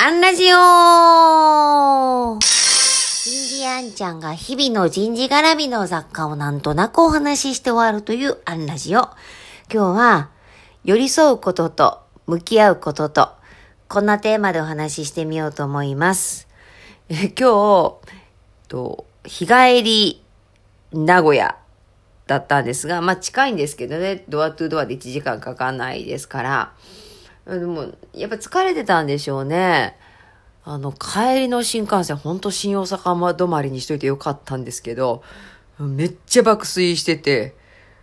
アンラジオ。人事アンちゃんが日々の人事絡みの雑貨をなんとなくお話しして終わるというアンラジオ。今日は寄り添うことと向き合うことと、こんなテーマでお話ししてみようと思います。今日、日帰り名古屋だったんですが、近いんですけどね、ドアトゥドアで1時間かかんないですから、でもやっぱ疲れてたんでしょうね。帰りの新幹線、ほんと新大阪止まりにしといてよかったんですけど、めっちゃ爆睡してて、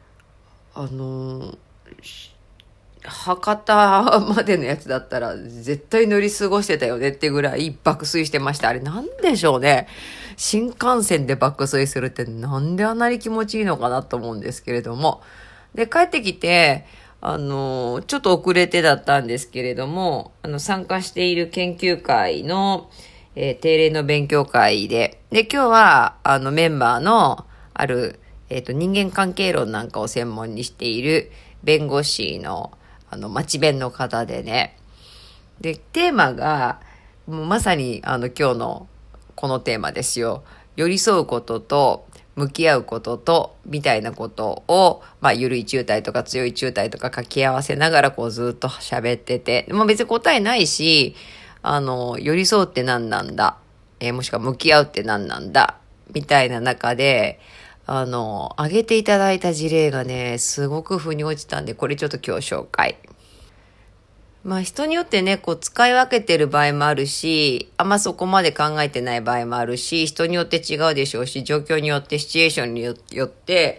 博多までのやつだったら絶対乗り過ごしてたよねってぐらい爆睡してました。あれなんでしょうね。新幹線で爆睡するってなんであんなに気持ちいいのかなと思うんですけれども。で、帰ってきて、ちょっと遅れてだったんですけれども、参加している研究会の、定例の勉強会で、今日は、メンバーのある、人間関係論なんかを専門にしている弁護士の、町弁の方でね。で、テーマが、もうまさに、今日のこのテーマですよ。寄り添うことと、向き合うことと、みたいなことを、緩い中退とか強い中退とか掛け合わせながらずっと喋ってて、別に答えないし、寄り添うって何なんだ、もしくは向き合うって何なんだ、みたいな中で、挙げていただいた事例がね、すごく腑に落ちたんで、これちょっと今日紹介。人によってね、使い分けてる場合もあるし、そこまで考えてない場合もあるし、人によって違うでしょうし、状況によって、シチュエーションによって、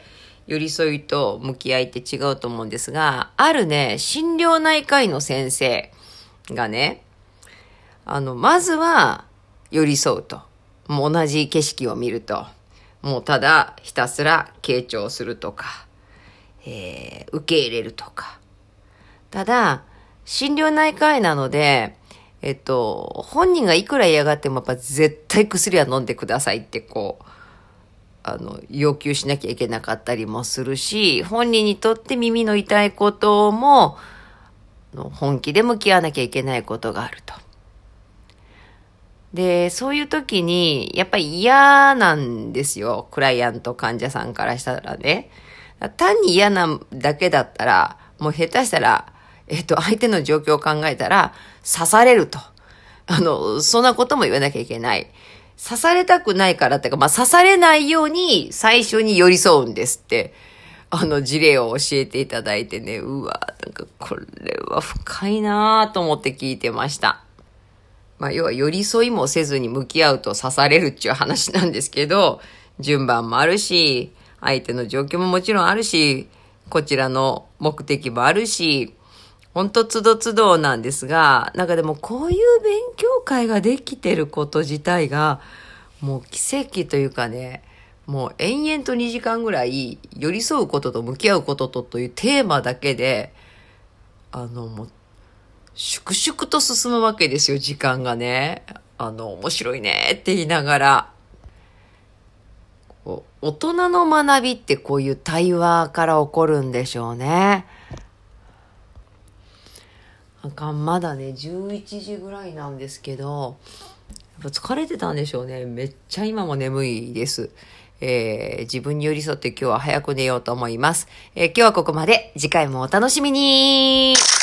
寄り添いと向き合いって違うと思うんですが、あるね、心療内科医の先生がね、まずは寄り添うと。もう同じ景色を見ると。もうただひたすら傾聴するとか、受け入れるとか。ただ、心療内科医なので、本人がいくら嫌がってもやっぱ絶対薬は飲んでくださいって要求しなきゃいけなかったりもするし、本人にとって耳の痛いことも、本気で向き合わなきゃいけないことがあると。で、そういう時に、やっぱり嫌なんですよ。クライアント患者さんからしたらね。単に嫌なだけだったら、もう下手したら、相手の状況を考えたら、刺されると。そんなことも言わなきゃいけない。刺されたくないからってか、刺されないように最初に寄り添うんですって、事例を教えていただいてね、うわ、これは深いなぁと思って聞いてました。要は寄り添いもせずに向き合うと刺されるっていう話なんですけど、順番もあるし、相手の状況ももちろんあるし、こちらの目的もあるし、ほんとつどつどなんですが、でもこういう勉強会ができてること自体が、もう奇跡というかね、もう延々と2時間ぐらい寄り添うことと向き合うことというテーマだけで、もう粛々と進むわけですよ、時間がね。面白いねって言いながら。大人の学びってこういう対話から起こるんでしょうね。まだね、11時ぐらいなんですけど、やっぱ疲れてたんでしょうね。めっちゃ今も眠いです。自分に寄り添って今日は早く寝ようと思います。今日はここまで。次回もお楽しみに。